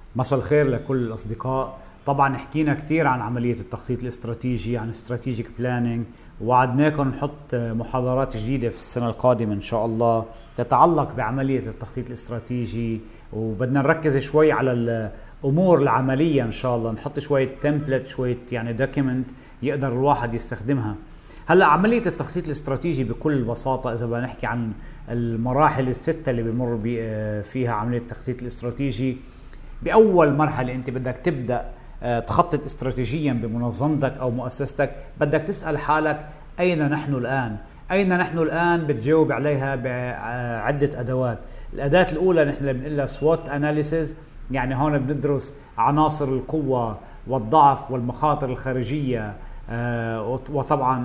مساء الخير لكل الأصدقاء. طبعا حكينا كتير عن عملية التخطيط الاستراتيجي، عن استراتيجيك بلانينج، وعدناكم نحط محاضرات جديدة في السنة القادمة إن شاء الله تتعلق بعملية التخطيط الاستراتيجي، وبدنا نركز شوي على الأمور العملية إن شاء الله، نحط شوية تمبلت، شوية يعني دوكيمنت يقدر الواحد يستخدمها. هلأ عملية التخطيط الاستراتيجي بكل بساطة إذا بدنا نحكي عن المراحل الستة اللي بمر فيها عملية التخطيط الاستراتيجي. بأول مرحلة أنت بدك تبدأ تخطط استراتيجيا بمنظمتك أو مؤسستك، بدك تسأل حالك أين نحن الآن؟ أين نحن الآن؟ بتجاوب عليها بعدة أدوات. الأداة الأولى نحن بنقولها SWOT analysis، يعني هون بندرس عناصر القوة والضعف والمخاطر الخارجية وطبعا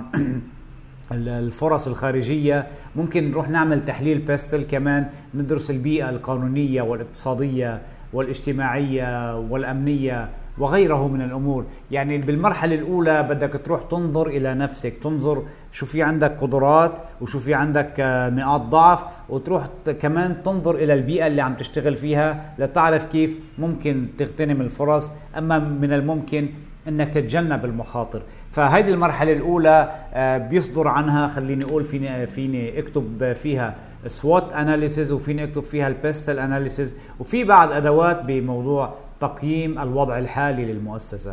الفرص الخارجية. ممكن نروح نعمل تحليل بيستل كمان، ندرس البيئة القانونية والاقتصادية والاجتماعية والأمنية وغيره من الأمور. يعني بالمرحلة الأولى بدك تروح تنظر إلى نفسك، تنظر شو في عندك قدرات وشو في عندك نقاط ضعف، وتروح كمان تنظر إلى البيئة اللي عم تشتغل فيها لتعرف كيف ممكن تغتنم الفرص، أما من الممكن انك تتجنب المخاطر. فهذه المرحله الاولى بيصدر عنها، خليني اقول فيني اكتب فيها SWOT analysis، وفيني اكتب فيها البيستل analysis، وفي بعض ادوات بموضوع تقييم الوضع الحالي للمؤسسه.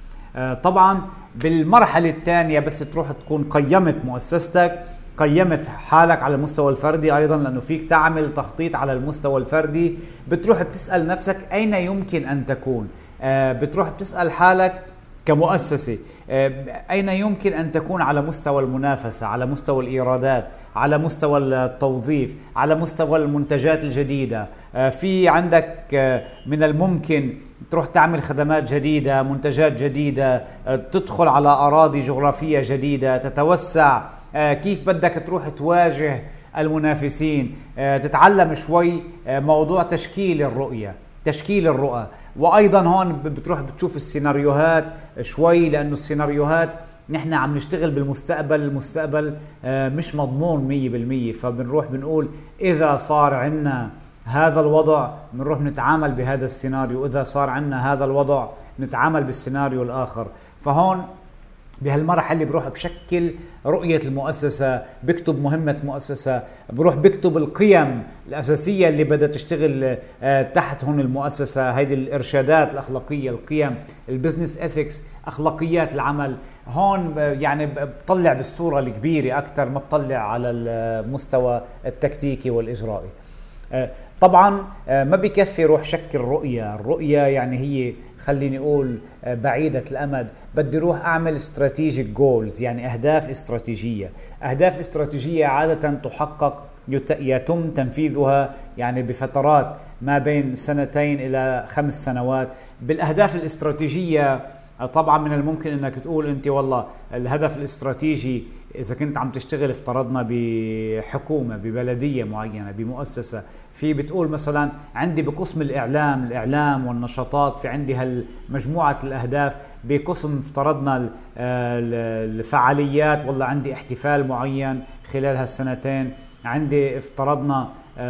طبعا بالمرحله الثانيه بس تروح تكون قيمت مؤسستك، قيمت حالك على المستوى الفردي ايضا، لانه فيك تعمل تخطيط على المستوى الفردي. بتروح بتسال نفسك اين يمكن ان تكون، بتروح بتسال حالك كمؤسسة أين يمكن أن تكون على مستوى المنافسة، على مستوى الإيرادات، على مستوى التوظيف، على مستوى المنتجات الجديدة. في عندك من الممكن تروح تعمل خدمات جديدة، منتجات جديدة، تدخل على أراضي جغرافية جديدة، تتوسع. كيف بدك تروح تواجه المنافسين، تتعلم شوي موضوع تشكيل الرؤية، تشكيل الرؤى. وأيضا هون بتروح بتشوف السيناريوهات شوي، لأنه السيناريوهات نحن عم نشتغل بالمستقبل، المستقبل مش مضمون 100%، فبنروح بنقول إذا صار عنا هذا الوضع بنروح نتعامل بهذا السيناريو، إذا صار عنا هذا الوضع نتعامل بالسيناريو الآخر. فهون بهالمرحلة بروح بشكل رؤية المؤسسة، بكتب مهمة المؤسسة، بروح بكتب القيم الأساسية اللي بدها تشتغل تحت هون المؤسسة، هيدي الإرشادات الأخلاقية، القيم، البزنس إثيكس، أخلاقيات العمل. هون يعني بطلع بالصورة الكبيرة أكتر ما بطلع على المستوى التكتيكي والإجرائي. طبعا ما بيكفي روح شكل رؤية، الرؤية يعني هي خليني أقول بعيدة الأمد. بدي روح أعمل strategic goals، يعني أهداف استراتيجية. أهداف استراتيجية عادة تحقق، يتم تنفيذها يعني بفترات ما بين 2 إلى 5 سنوات. بالأهداف الاستراتيجية طبعا من الممكن أنك تقول أنت والله الهدف الاستراتيجي إذا كنت عم تشتغل افترضنا بحكومة، ببلدية معينة، بمؤسسة، في بتقول مثلا عندي بقسم الإعلام والنشاطات في عندي هالمجموعة الأهداف، بقسم افترضنا الفعاليات والله عندي احتفال معين خلال هالسنتين، عندي افترضنا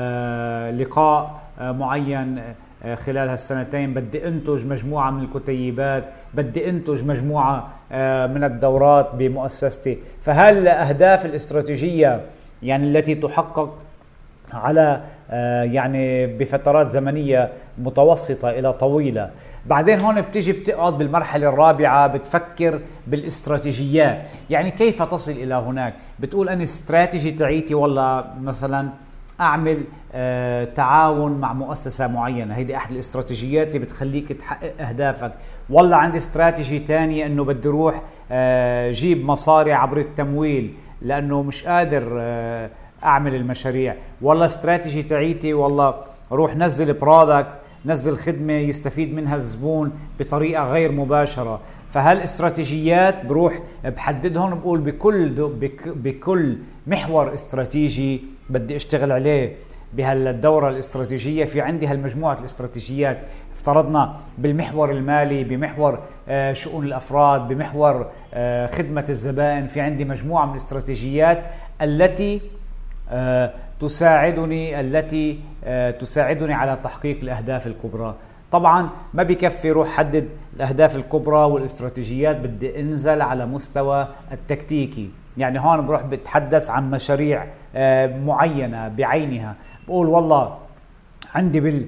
لقاء معين خلال هالسنتين، بدي انتج مجموعة من الكتيبات، بدي انتج مجموعة من الدورات بمؤسستي. فهالأهداف الاستراتيجية يعني التي تحقق على يعني بفترات زمنية متوسطة إلى طويلة. بعدين هون بتيجي بتقعد بالمرحلة الرابعة بتفكر بالاستراتيجيات، يعني كيف تصل إلى هناك. بتقول أنا استراتيجي تعيتي والله مثلا أعمل تعاون مع مؤسسة معينة، هيدي أحد الاستراتيجيات اللي بتخليك تحقق أهدافك. والله عندي استراتيجي تانية أنه بدي روح جيب مصاري عبر التمويل لأنه مش قادر أعمل المشاريع. والله استراتيجي تعيتي والله روح نزل برودكت، نزل خدمة يستفيد منها الزبون بطريقة غير مباشرة. فهالاستراتيجيات بروح بحددهم، بقول بكل محور استراتيجي بدي اشتغل عليه بهالدورة الاستراتيجية. في عندي هالمجموعة الاستراتيجيات، افترضنا بالمحور المالي، بمحور شؤون الأفراد، بمحور خدمة الزبائن، في عندي مجموعة من الاستراتيجيات التي تساعدني على تحقيق الأهداف الكبرى. طبعا ما بكفي روح حدد الأهداف الكبرى والاستراتيجيات، بدي انزل على مستوى التكتيكي. يعني هون بروح بتحدث عن مشاريع معينة بعينها، بقول والله عندي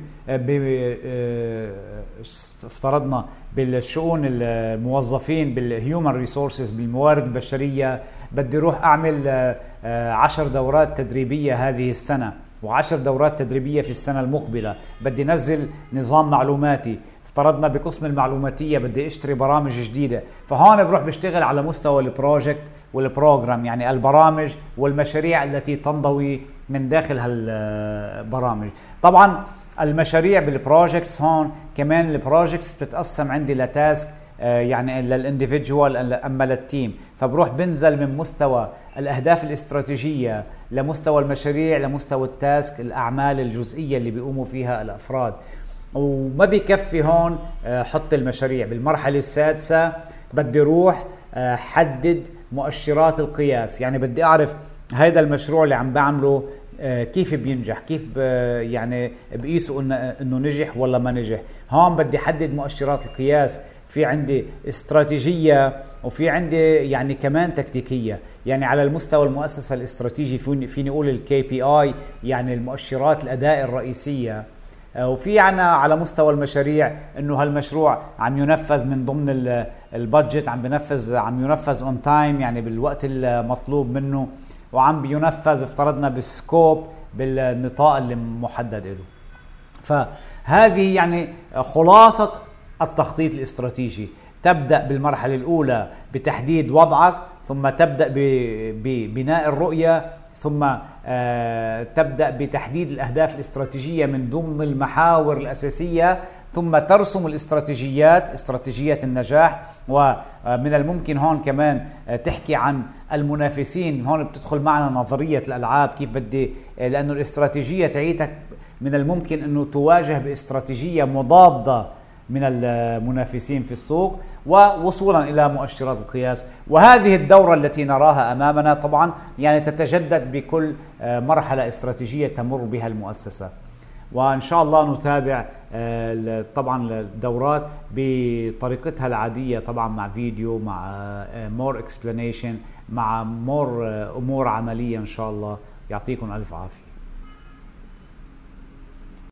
افترضنا بالشؤون الموظفين بالهيومن ريسورسز بالموارد البشرية، بدي روح أعمل 10 دورات تدريبية هذه السنة و10 دورات تدريبية في السنة المقبلة. بدي نزل نظام معلوماتي، افترضنا بقسم المعلوماتية بدي اشتري برامج جديدة. فهون بروح بشتغل على مستوى البروجكت والبروجرام، يعني البرامج والمشاريع التي تنضوي من داخل هالبرامج. طبعا المشاريع بالبروجكتس هون كمان البروجكتس بتتقسم عندي لتاسك، يعني للانديفيدجوال اما للتيم. فبروح بنزل من مستوى الاهداف الاستراتيجيه لمستوى المشاريع لمستوى التاسك، الاعمال الجزئيه اللي بيقوموا فيها الافراد. وما بيكفي هون حط المشاريع. بالمرحله السادسه بدي روح حدد مؤشرات القياس، يعني بدي اعرف هذا المشروع اللي عم بعمله كيف بينجح، كيف يعني بقيسوا انه نجح ولا ما نجح. هون بدي حدد مؤشرات القياس، في عندي استراتيجية وفي عندي يعني كمان تكتيكية. يعني على المستوى المؤسسة الاستراتيجي فيني اقول الكي بي اي، يعني المؤشرات الاداء الرئيسية. وفي عنا على مستوى المشاريع انه هالمشروع عم ينفذ من ضمن البادجت، عم ينفذ اون تايم يعني بالوقت المطلوب منه، وعم بينفذ افترضنا بالسكوب بالنطاق اللي محدد له. فهذه يعني خلاصة التخطيط الاستراتيجي. تبدأ بالمرحلة الأولى بتحديد وضعك، ثم تبدأ ببناء الرؤية، ثم تبدأ بتحديد الأهداف الاستراتيجية من ضمن المحاور الأساسية، ثم ترسم الاستراتيجيات، استراتيجية النجاح. ومن الممكن هون كمان تحكي عن المنافسين. هون بتدخل معنا نظرية الألعاب، كيف بدي، لأنه الاستراتيجية تعيتك من الممكن أنه تواجه باستراتيجية مضادة من المنافسين في السوق، ووصولا إلى مؤشرات القياس. وهذه الدورة التي نراها أمامنا طبعا يعني تتجدد بكل مرحلة استراتيجية تمر بها المؤسسة. وإن شاء الله نتابع طبعا الدورات بطريقتها العادية، طبعا مع فيديو، مع more explanation، مع more أمور عملية إن شاء الله. يعطيكم ألف عافية.